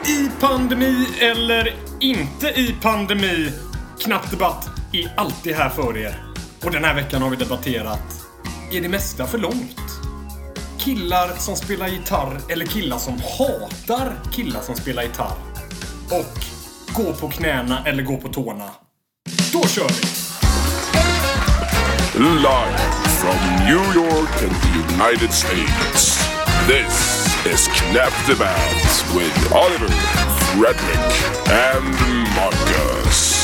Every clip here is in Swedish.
I pandemi eller inte i pandemi, Knappt debatt är alltid här för er. Och den här veckan har vi debatterat: är det mesta för långt? Killar som spelar gitarr eller killar som hatar killar som spelar gitarr? Och gå på knäna eller gå på tårna? Då kör vi! Live from New York and the United States, this is Knappt debatt with Oliver, Fredrik and Marcus.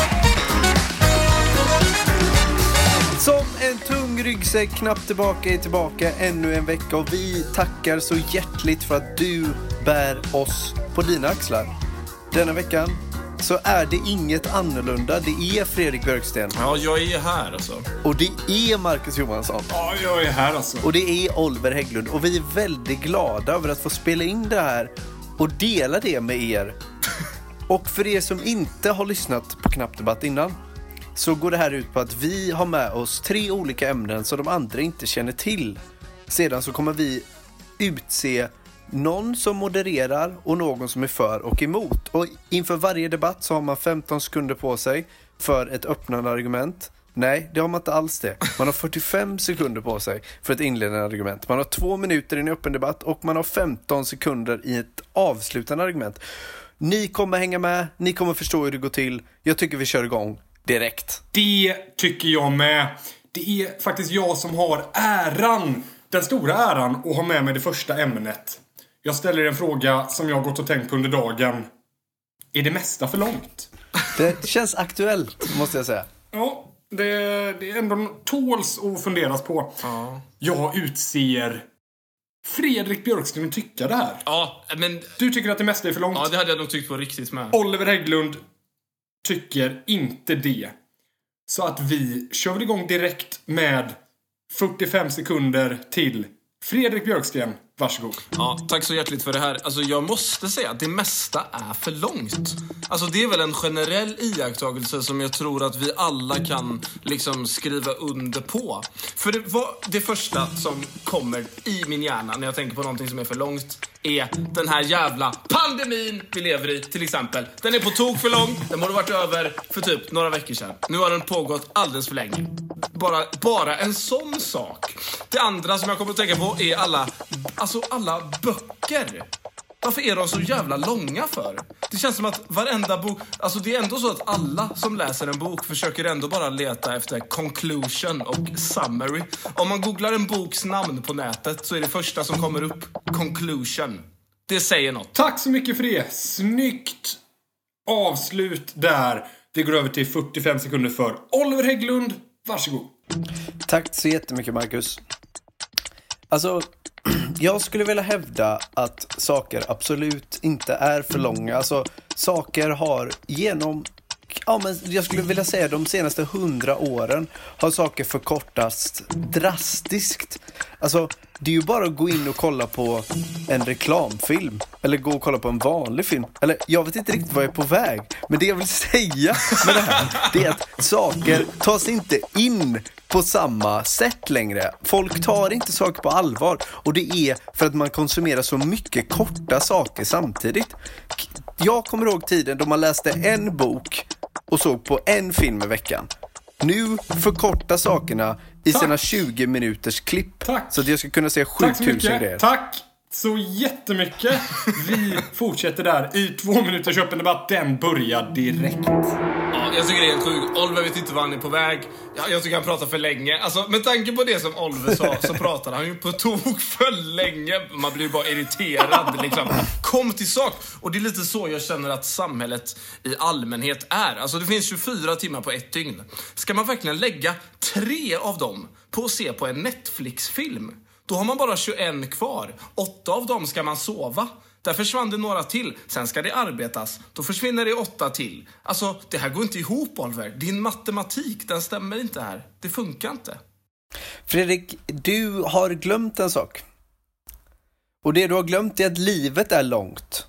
Som en tung ryggsäck, Knappt tillbaka är tillbaka ännu en vecka. Och vi tackar så hjärtligt för att du bär oss på dina axlar. Denna veckan så är det inget annorlunda. Det är Fredrik Björksten. Ja, jag är här alltså. Och det är Marcus Johansson. Ja, jag är här alltså. Och det är Oliver Hägglund. Och vi är väldigt glada över att få spela in det här och dela det med er. Och för er som inte har lyssnat på Knappt debatt innan, så går det här ut på att vi har med oss 3 olika ämnen som de andra inte känner till. Sedan så kommer vi utse någon som modererar och någon som är för och emot. Och inför varje debatt så har man 15 sekunder på sig för ett öppnande argument. Nej, det har man inte alls det. Man har 45 sekunder på sig för ett inledande argument. Man har 2 minuter i en öppen debatt och man har 15 sekunder i ett avslutande argument. Ni kommer hänga med, ni kommer förstå hur det går till. Jag tycker vi kör igång direkt. Det tycker jag med. Det är faktiskt jag som har den stora äran att ha med mig det första ämnet. Jag ställer en fråga som jag har gått och tänkt på under dagen. Är det mesta för långt? Det känns aktuellt, måste jag säga. Ja, det är ändå tåls att funderas på. Ja. Jag utser Fredrik Björksten att tycka det här. Ja, men... Du tycker att det mesta är för långt? Ja, det hade jag nog tyckt på riktigt med. Oliver Hägglund tycker inte det. Så att vi kör väl igång direkt med 45 sekunder till Fredrik Björksten. Varsågod. Ja, tack så hjärtligt för det här. Alltså jag måste säga att det mesta är för långt. Alltså det är väl en generell iakttagelse som jag tror att vi alla kan liksom skriva under på. För det första som kommer i min hjärna när jag tänker på någonting som är för långt är den här jävla pandemin vi lever i, till exempel. Den är på tok för lång. Den borde varit över för typ några veckor sedan. Nu har den pågått alldeles för länge. Bara en sån sak. Det andra som jag kommer att tänka på är alla böcker. Varför är de så jävla långa för? Det känns som att varenda bok... Alltså det är ändå så att alla som läser en bok försöker ändå bara leta efter conclusion och summary. Om man googlar en boks namn på nätet så är det första som kommer upp conclusion. Det säger något. Tack så mycket för det. Snyggt avslut där. Det går över till 45 sekunder för Oliver Hägglund. Varsågod. Tack så jättemycket, Marcus. Alltså, jag skulle vilja hävda att saker absolut inte är för långa. Alltså, saker har jag skulle vilja säga de senaste 100 åren har saker förkortats drastiskt. Alltså, det är ju bara att gå in och kolla på en reklamfilm. Eller gå och kolla på en vanlig film. Eller, jag vet inte riktigt vad jag är på väg. Men det jag vill säga med det här, det är att saker tas inte in på samma sätt längre. Folk tar inte saker på allvar. Och det är för att man konsumerar så mycket korta saker samtidigt. Jag kommer ihåg tiden då man läste en bok och såg på en film i veckan. Nu förkorta sakerna i sina 20 minuters klipp. Tack. Så att jag ska kunna se 7000 grejer. Tack så jättemycket. Vi fortsätter där i 2 minuters öppen debatt. Den börjar direkt. Ja, jag tycker det är helt sjukt. Oliver vet inte var han är på väg. Jag tycker han pratar för länge. Alltså, med tanke på det som Oliver sa så pratar han ju på tok för länge. Man blir bara irriterad liksom. Kom till sak. Och det är lite så jag känner att samhället i allmänhet är. Alltså det finns 24 timmar på ett dygn. Ska man verkligen lägga 3 av dem på att se på en Netflix-film? Då har man bara 21 kvar. 8 av dem ska man sova. Där försvann det några till. Sen ska det arbetas. Då försvinner det 8 till. Alltså, det här går inte ihop, Oliver. Din matematik, den stämmer inte här. Det funkar inte. Fredrik, du har glömt en sak. Och det du har glömt är att livet är långt.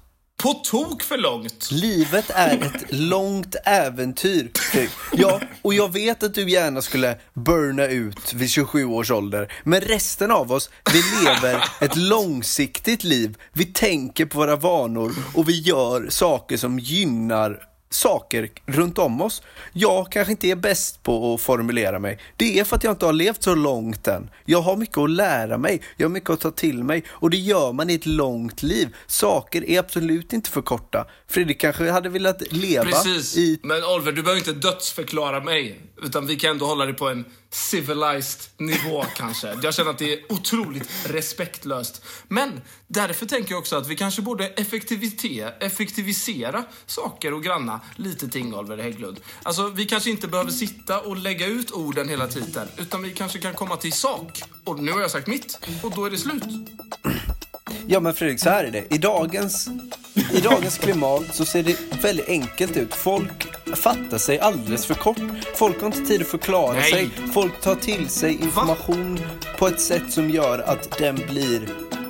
på tok för långt. Livet är ett långt äventyr. Ja, och jag vet att du gärna skulle burna ut vid 27 års ålder. Men resten av oss, vi lever ett långsiktigt liv. Vi tänker på våra vanor och vi gör saker som gynnar saker runt om oss. Jag kanske inte är bäst på att formulera mig. Det är för att jag inte har levt så långt än. Jag har mycket att lära mig. Jag har mycket att ta till mig. Och det gör man i ett långt liv. Saker är absolut inte för korta. Fredrik kanske hade velat leva. Precis. I... Men Oliver, du behöver inte dödsförklara mig. Utan vi kan ändå hålla det på en civilized nivå kanske. Jag känner att det är otroligt respektlöst. Men därför tänker jag också att vi kanske borde effektivisera saker och granna lite ting, Oliver Hägglund. Alltså, vi kanske inte behöver sitta och lägga ut orden hela tiden. Utan vi kanske kan komma till sak. Och nu har jag sagt mitt. Och då är det slut. Ja, men Fredrik, så här är det. I dagens klimat så ser det väldigt enkelt ut. Folk fattar sig alldeles för kort. Folk har inte tid att förklara sig. Folk tar till sig information på ett sätt som gör att den blir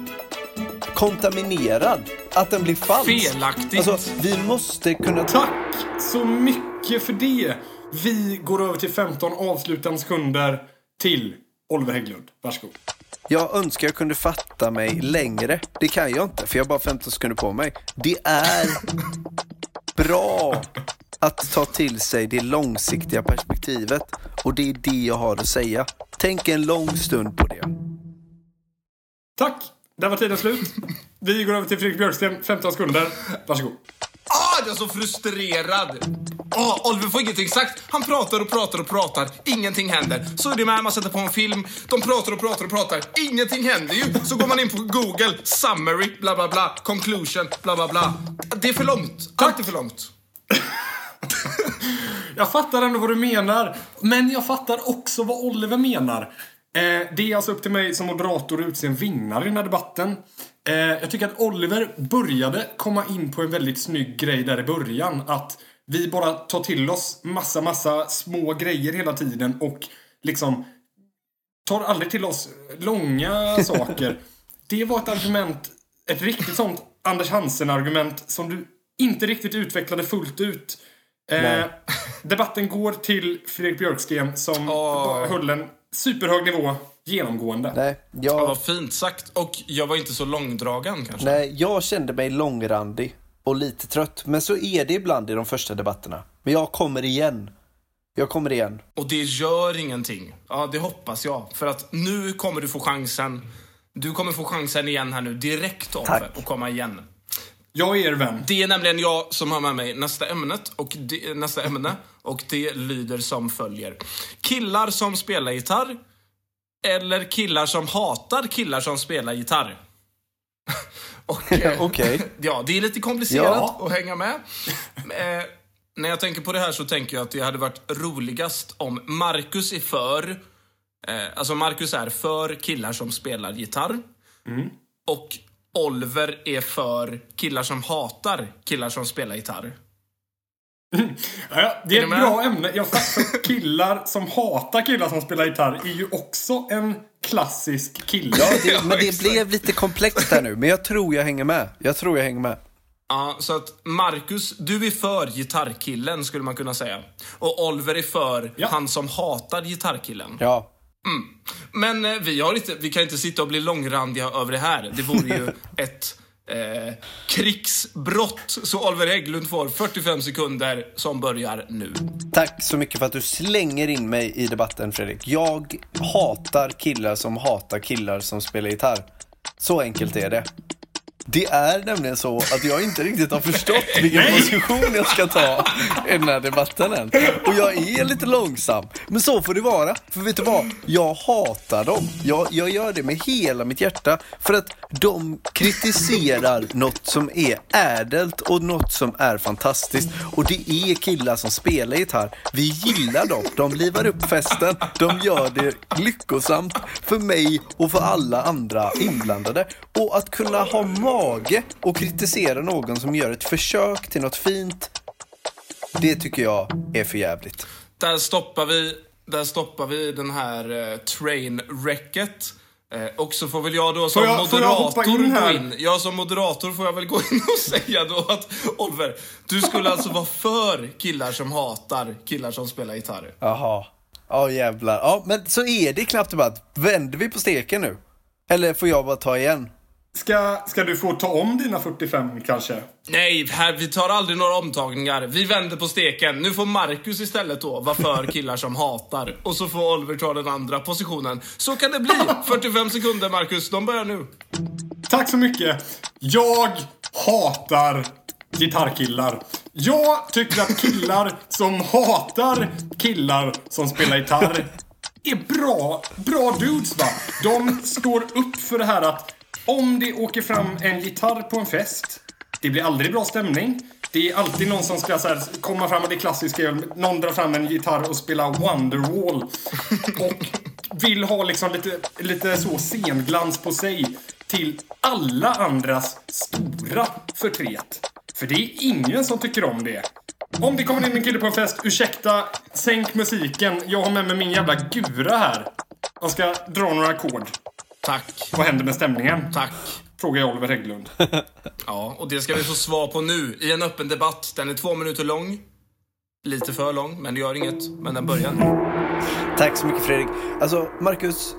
kontaminerad. Att den blir falsk. Felaktigt. Alltså, vi måste kunna... Tack så mycket för det. Vi går över till 15 avslutande sekunder till Oliver Hägglund. Varsågod. Jag önskar jag kunde fatta mig längre. Det kan jag inte, för jag har bara 15 sekunder på mig. Det är bra att ta till sig det långsiktiga perspektivet. Och det är det jag har att säga. Tänk en lång stund på det. Tack, där var tiden slut. Vi går över till Fredrik Björksten, 15 sekunder. Varsågod. Jag är så frustrerad. Oliver får ingenting sagt. Han pratar och pratar och pratar. Ingenting händer. Så är det med man sätter på en film. De pratar och pratar och pratar. Ingenting händer ju. Så går man in på Google. Summary, bla bla bla. Conclusion, bla bla bla. Det är för långt. Allt är för långt. Jag fattar ändå vad du menar. Men jag fattar också vad Oliver menar. Det är alltså upp till mig som moderator att utse en vinnare i den här debatten. Jag tycker att Oliver började komma in på en väldigt snygg grej där i början. Att vi bara tar till oss massa små grejer hela tiden. Och liksom tar aldrig till oss långa saker. Det var ett argument, ett riktigt sånt Anders Hansen-argument som du inte riktigt utvecklade fullt ut. Debatten går till Fredrik Björksten som höll en superhög nivå genomgående. Nej, Det var fint sagt. Och jag var inte så långdragen kanske. Nej, jag kände mig långrandig och lite trött. Men så är det ibland i de första debatterna. Men jag kommer igen. Och det gör ingenting. Ja, det hoppas jag. För att nu kommer du få chansen. Du kommer få chansen igen här nu direkt, Oliver, och komma igen. Jag är er vän. Det är nämligen jag som har med mig nästa ämne. Och det lyder som följer. Killar som spelar gitarr. Eller killar som hatar killar som spelar gitarr. Okej. Ja, det är lite komplicerat att hänga med. När jag tänker på det här så tänker jag att det hade varit roligast om Marcus är för... alltså Marcus är för killar som spelar gitarr. Och Oliver är för killar som hatar killar som spelar gitarr. Ja, det är ett bra ämne. Jag fattar, killar som hatar killar som spelar gitarr är ju också en klassisk kille. Ja, men det blev lite komplext här nu. Men jag tror jag hänger med. Ja, så att Marcus, du är för gitarrkillen skulle man kunna säga. Och Oliver är för han som hatar gitarrkillen. Ja. Men vi kan inte sitta och bli långrandiga över det här. Det vore ju ett krigsbrott. Så Oliver Hägglund får 45 sekunder som börjar nu. Tack så mycket för att du slänger in mig i debatten, Fredrik. Jag hatar killar som spelar gitarr. Så enkelt är det. Det är nämligen så att jag inte riktigt har förstått vilken position jag ska ta i den här debatten än. Och jag är lite långsam. Men så får det vara. För vet du vad? Jag hatar dem. Jag gör det med hela mitt hjärta. För att de kritiserar något som är ädelt och något som är fantastiskt. Och det är killar som spelar gitarr. Vi gillar dem. De livar upp festen. De gör det lyckosamt för mig och för alla andra inblandade. Och att kunna ha mage och kritisera någon som gör ett försök till något fint, det tycker jag är för jävligt. Där stoppar vi den här trainwrecket. Och så får väl jag då som Får jag moderator här? gå in. Ja, som moderator får jag väl gå in och säga då att Oliver, du skulle alltså vara för killar som hatar killar som spelar gitarr. Jaha. Ja, jävlar. Ja, men så är det knappt debatt. Vänder vi på steken nu? Eller får jag bara ta igen? Ska du få ta om dina 45 kanske? Nej, här, vi tar aldrig några omtagningar. Vi vänder på steken. Nu får Marcus istället då vara för killar som hatar. Och så får Oliver ta den andra positionen. Så kan det bli. 45 sekunder, Marcus. De börjar nu. Tack så mycket. Jag hatar gitarrkillar. Jag tycker att killar som hatar killar som spelar gitarr är bra dudes, va? De står upp för det här att om det åker fram en gitarr på en fest, det blir aldrig bra stämning. Det är alltid någon som ska så här, komma fram med det klassiska. Någon drar fram en gitarr och spelar Wonderwall. Och vill ha liksom lite så scenglans på sig till alla andras stora förtret. För det är ingen som tycker om det. Om det kommer in en kille på en fest, ursäkta, sänk musiken. Jag har med mig min jävla gura här. Jag ska dra några ackord. Tack. Vad händer med stämningen? Tack. Frågar jag Oliver Hägglund. Ja, och det ska vi få svar på nu i en öppen debatt. Den är 2 minuter lång. Lite för lång, men det gör inget. Men den börjar nu. Tack så mycket, Fredrik. Alltså, Marcus,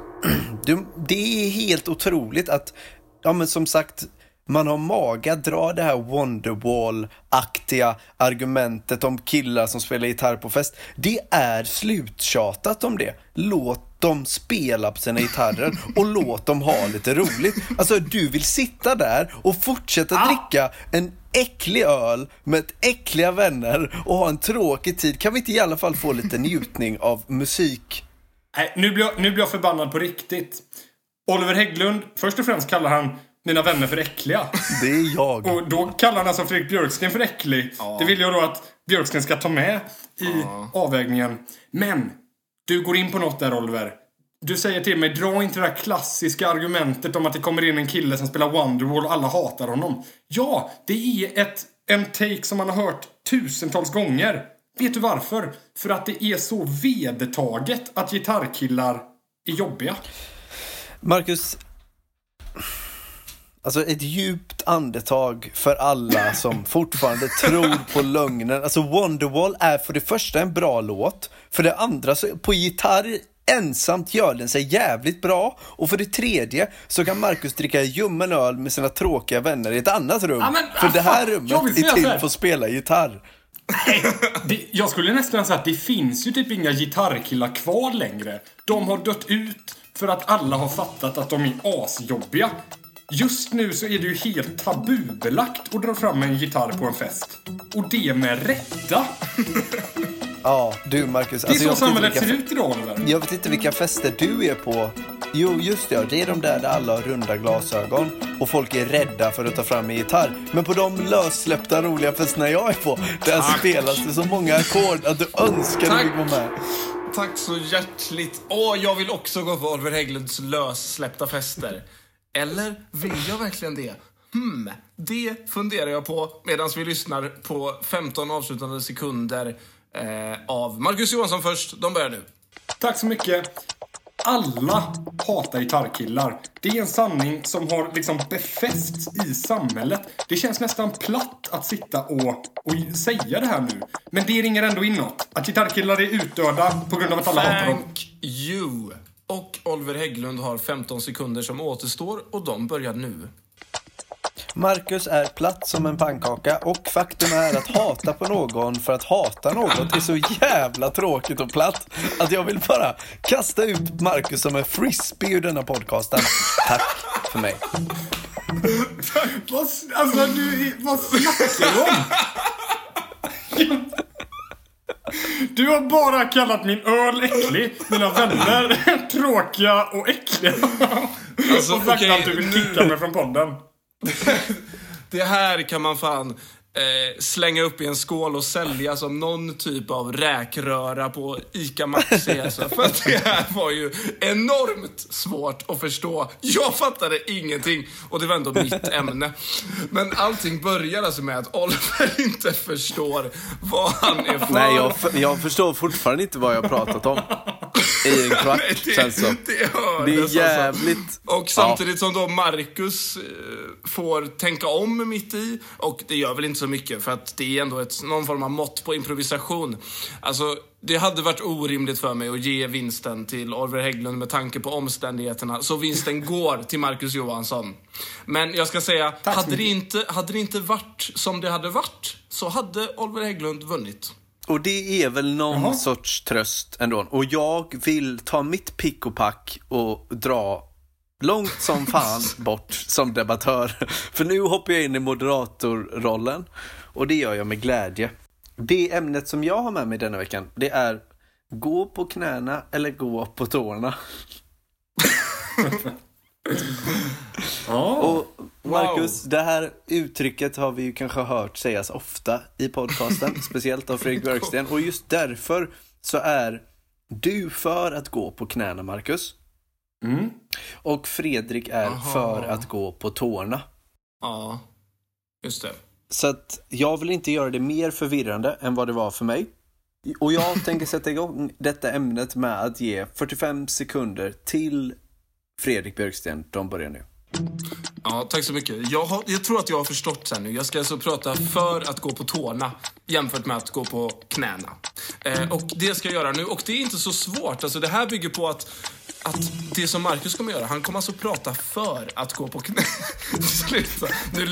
det är helt otroligt att, ja men som sagt, man har mage att dra det här Wonderwall-aktiga argumentet om killar som spelar gitarr på fest. Det är sluttjatat om det. Låt dem spela på sina gitarrer och låt dem ha lite roligt. Alltså, du vill sitta där och fortsätta dricka en äcklig öl med äckliga vänner och ha en tråkig tid. Kan vi inte i alla fall få lite njutning av musik? Nej, nu blir jag förbannad på riktigt. Oliver Hägglund, först och främst kallar han mina vänner för äckliga. Det är jag. Och då kallar han alltså Fredrik Björksten för äcklig. Ja. Det vill jag då att Björksten ska ta med i avvägningen. Men du går in på något där, Oliver. Du säger till mig, dra inte det där klassiska argumentet om att det kommer in en kille som spelar Wonderwall och alla hatar honom. Ja, det är en take som man har hört tusentals gånger. Vet du varför? För att det är så vedertaget att gitarrkillar är jobbiga. Marcus, alltså ett djupt andetag för alla som fortfarande tror på lögnen. Alltså Wonderwall är för det första en bra låt. För det andra så på gitarr ensamt gör den sig jävligt bra. Och för det tredje så kan Marcus dricka ljummen öl med sina tråkiga vänner i ett annat rum. För det här rummet är till för att spela gitarr. Jag skulle nästan säga att det finns ju typ inga gitarrkillar kvar längre. De har dött ut för att alla har fattat att de är asjobbiga. Just nu så är det ju helt tabubelagt att dra fram en gitarr på en fest. Och det med rätta. Ja, du Marcus. Det är så samhället ser ut idag, Oliver. Jag vet inte vilka fester du är på. Jo, just det. är de där alla har runda glasögon och folk är rädda för att ta fram en gitarr. Men på de lössläppta roliga festerna jag är på, där spelas det så många ackord att du önskar du fick vara med. Tack så hjärtligt. Jag vill också gå på Oliver Hägglunds lössläppta fester. Eller vill jag verkligen det? Det funderar jag på medan vi lyssnar på 15 avslutande sekunder av Marcus Johansson först. De börjar nu. Tack så mycket. Alla hatar gitarrkillar. Det är en sanning som har liksom befästs i samhället. Det känns nästan platt att sitta och säga det här nu. Men det ringer ändå inåt. Att gitarrkillar är utdöda på grund av att alla hatar dem. Thank you. Och Oliver Hägglund har 15 sekunder som återstår och de börjar nu. Marcus är platt som en pannkaka och faktum är att hata på någon för att hata något är så jävla tråkigt och platt att jag vill bara kasta ut Marcus som en frisbee ur denna podcasten. Tack för mig. Vad snackar du om? Du har bara kallat min öl äcklig, mina vänner tråkiga och äckliga. Alltså, och sagt att du vill kicka mig från podden. Det här kan man fan slänga upp i en skål och sälja som någon typ av räkröra på Ica Maxi. Alltså. För att det här var ju enormt svårt att förstå. Jag fattade ingenting och det var ändå mitt ämne. Men allting börjar alltså med att Oliver inte förstår vad han är för. Nej, jag förstår fortfarande inte vad jag har pratat om. i en kvart, känns som. Det är jävligt... Alltså. Och samtidigt som då Marcus får tänka om mitt i, och det gör väl inte så mycket för att det är ändå någon form av mått på improvisation. Alltså, det hade varit orimligt för mig att ge vinsten till Oliver Hägglund med tanke på omständigheterna. Så vinsten går till Marcus Johansson. Men jag ska säga, hade det inte varit som det hade varit, så hade Oliver Hägglund vunnit. Och det är väl någon sorts tröst ändå. Och jag vill ta mitt pick och pack och dra långt som fan bort som debattör. För nu hoppar jag in i moderatorrollen. Och det gör jag med glädje. Det ämnet som jag har med mig denna veckan, det är gå på knäna eller gå på tårna. Och Marcus, det här uttrycket har vi ju kanske hört sägas ofta i podcasten, speciellt av Fredrik Björksten. Och just därför så är du för att gå på knäna, Marcus. Och Fredrik är för att gå på tårna. Ja, just det. Så att jag vill inte göra det mer förvirrande än vad det var för mig. Och jag tänker sätta igång detta ämnet med att ge 45 sekunder till Fredrik Björksten. De börjar nu. Ja, tack så mycket. Jag tror att jag har förstått sen nu. Jag ska alltså prata för att gå på tårna jämfört med att gå på knäna. Och det ska jag göra nu. Och det är inte så svårt. Alltså det här bygger på att det som Marcus kommer göra, han kommer alltså prata för att gå på knä. Sluta. Nu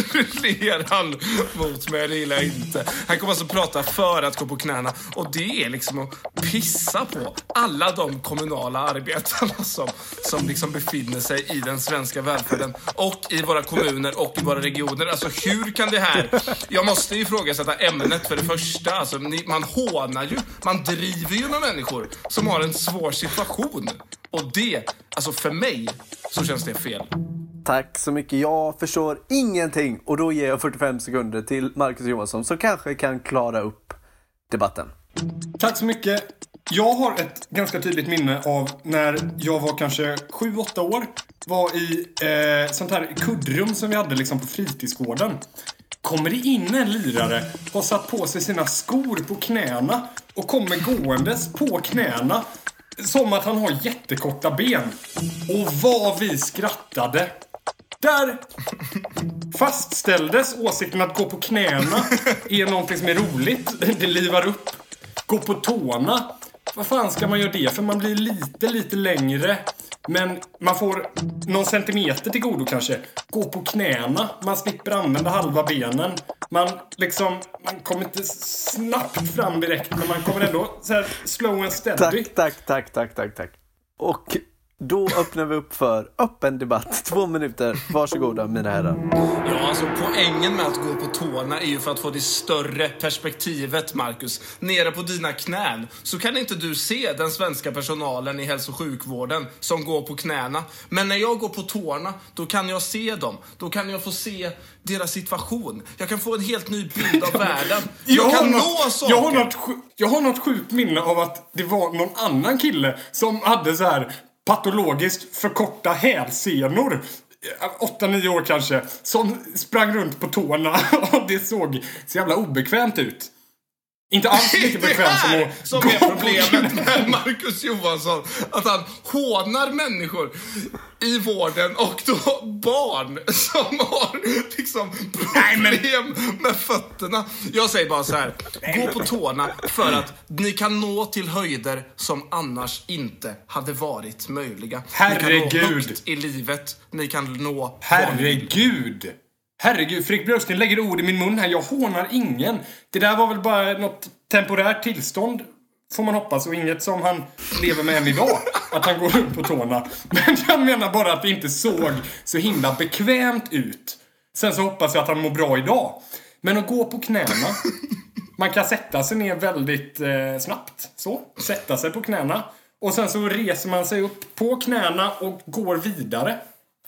ler han mot mig, det gillar jag inte. Han kommer alltså prata för att gå på knäna. Och det är liksom att pissa på alla de kommunala arbetarna som liksom befinner sig i den svenska välfärden och i våra kommuner och i våra regioner. Alltså hur kan det här... Jag måste ifrågasätta ämnet för det första. Alltså, man hånar ju, man driver ju med människor som har en svår situation. Och det, alltså för mig så känns det fel. Tack så mycket. Jag förstår ingenting. Och då ger jag 45 sekunder till Marcus Johansson som kanske kan klara upp debatten. Tack så mycket. Jag har ett ganska tydligt minne av när jag var kanske 7-8 år. Var i sånt här kuddrum som vi hade liksom på fritidsgården. Kommer det in en lirare, har satt på sig sina skor på knäna och kommer gåendes på knäna som att han har jättekorta ben. Och vad vi skrattade. Där fastställdes åsikten att gå på knäna är någonting som är roligt. Det livar upp. Gå på tårna. Vad fan ska man göra det? För man blir lite längre. Men man får någon centimeter till godo kanske. Gå på knäna. Man slipper använda halva benen. Man kommer inte snabbt fram direkt. Men man kommer ändå så här slow and steady. Tack. Och då öppnar vi upp för öppen debatt. 2 minuter. Varsågoda mina herrar. Ja, alltså poängen med att gå på tårna är ju för att få det större perspektivet, Marcus. Nere på dina knän så kan inte du se den svenska personalen i hälso- och sjukvården som går på knäna. Men när jag går på tårna, då kan jag se dem. Då kan jag få se deras situation. Jag kan få en helt ny bild av världen. Jag kan nå saker. Jag har något sjukt minne av att det var någon annan kille som hade så här patologiskt förkorta hälsenor. 8-9 år kanske. Som sprang runt på tårna. Och det såg så jävla obekvämt ut. Inte alls lika bekvämt som att som är problemet med Marcus Johansson. Att han hånar människor i vården och då barn som har liksom problem med fötterna. Jag säger bara så här: gå på tårna för att ni kan nå till höjder som annars inte hade varit möjliga. Herregud. Ni kan nå högt i livet. Ni kan nå... Herregud, Fredrik Björksten lägger ord i min mun här. Jag hånar ingen. Det där var väl bara något temporärt tillstånd, får man hoppas, och inget som han lever med än idag. Att han går upp på tårna. Men jag menar bara att det inte såg så himla bekvämt ut. Sen så hoppas jag att han mår bra idag. Men att gå på knäna, man kan sätta sig ner väldigt snabbt. Så, sätta sig på knäna. Och sen så reser man sig upp på knäna och går vidare.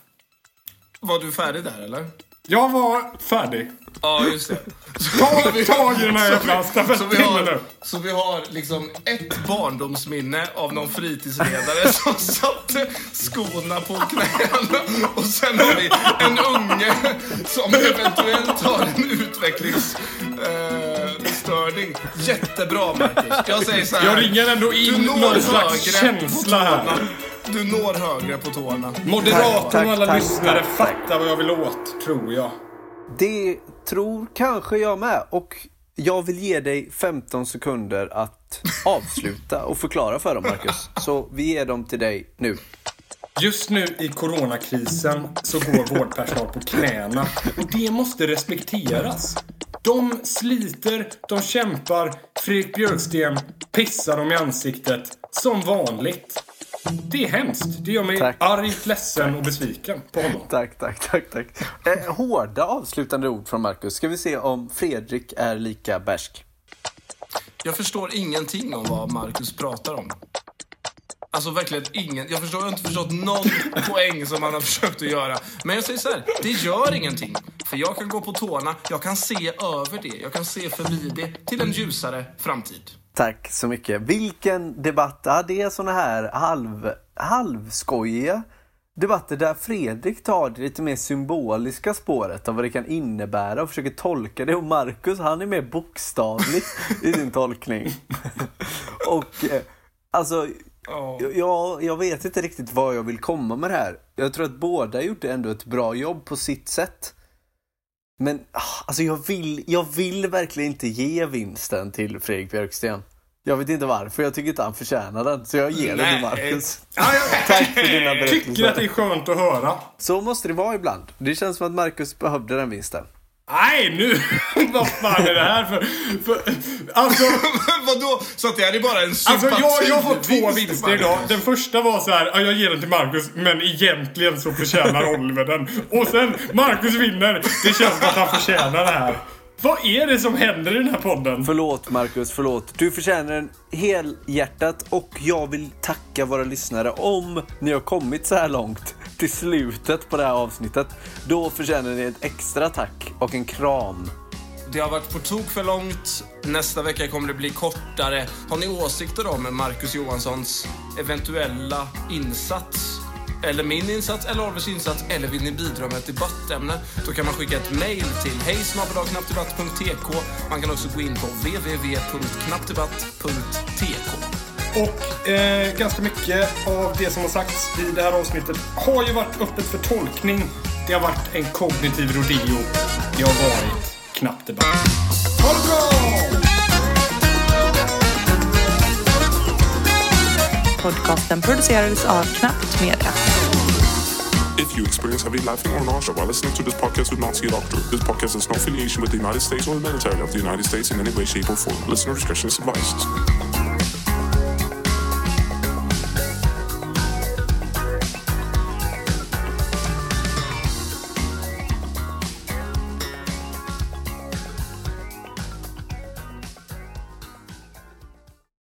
Var du färdig där, eller? Jag var färdig. Ja, just det. Ta i den här jävla stafettpinnen nu. Så vi har liksom ett barndomsminne av någon fritidsledare som satte skorna på knäna. Och sen har vi en unge som eventuellt har en utvecklingsstörning Jättebra, Marcus. Jag säger så här. Jag ringer ändå in någon slags känsla här. Du når högre på tårna. Moderatorn och alla tack, lyssnare tack. fattar vad jag vill åt, tror jag. Det tror kanske jag med. Och jag vill ge dig 15 sekunder att avsluta och förklara för dem, Marcus. Så vi ger dem till dig nu. Just nu i coronakrisen så går vårdpersonal på knäna. Och det måste respekteras. De sliter, de kämpar. Fredrik Björksten pissar dem i ansiktet som vanligt. Det är hemskt. Det gör mig Tack. arg, ledsen och besviken på honom. Tack. Hårda avslutande ord från Marcus. Ska vi se om Fredrik är lika bärsk. Jag förstår ingenting om vad Marcus pratar om. Alltså verkligen ingen. Jag har inte förstått någon poäng som han har försökt att göra. Men jag säger så här, det gör ingenting. För jag kan gå på tårna, jag kan se över det. Jag kan se förbi det till en ljusare framtid. Tack så mycket. Vilken debatt. Ja, det är såna här halvskojiga debatter där Fredrik tar det lite mer symboliska spåret av vad det kan innebära och försöker tolka det. Och Marcus, han är mer bokstavlig i sin tolkning. Och alltså... Jag vet inte riktigt vad jag vill komma med det här. Jag tror att båda gjort ändå ett bra jobb på sitt sätt. Men alltså jag vill verkligen inte ge vinsten till Fredrik Björksten. Jag vet inte varför, jag tycker inte han förtjänar den. Så jag ger den till Marcus. Tack för dina berättelser. Jag tycker att det är skönt att höra. Så måste det vara ibland. Det känns som att Marcus behövde den vinsten. Nej, nu! Vad fan är det här för alltså... Vadå? Så att det är bara en sympati. Alltså jag har 2 vinster idag. Den första var så här, jag ger den till Marcus, men egentligen så förtjänar Oliver den. Och sen, Marcus vinner. Det känns som att han förtjänar det här. Vad är det som händer i den här podden? Förlåt Marcus, förlåt. Du förtjänar den helhjärtat och jag vill tacka våra lyssnare om ni har kommit så här långt till slutet på det här avsnittet. Då förtjänar ni ett extra tack och en kram. Det har varit på tok för långt. Nästa vecka kommer det bli kortare. Har ni åsikter om Marcus Johanssons eventuella insats? Eller min insats, eller Olvers insats, eller vill ni bidra med ett debattämne, då kan man skicka ett mejl till hej@knappdebatt.tk. Man kan också gå in på www.knappdebatt.tk. Och ganska mycket av det som har sagts i det här avsnittet har ju varit öppet för tolkning. Det har varit en kognitiv rodeo. Det har varit Knappt debatt. Ha det bra! Podcasten producerades av Knappt Media. If you experience heavy laughing or nausea while listening to this podcast, do not see a doctor. This podcast has no affiliation with the United States or the military of the United States in any way, shape, or form. Listener discretion is advised.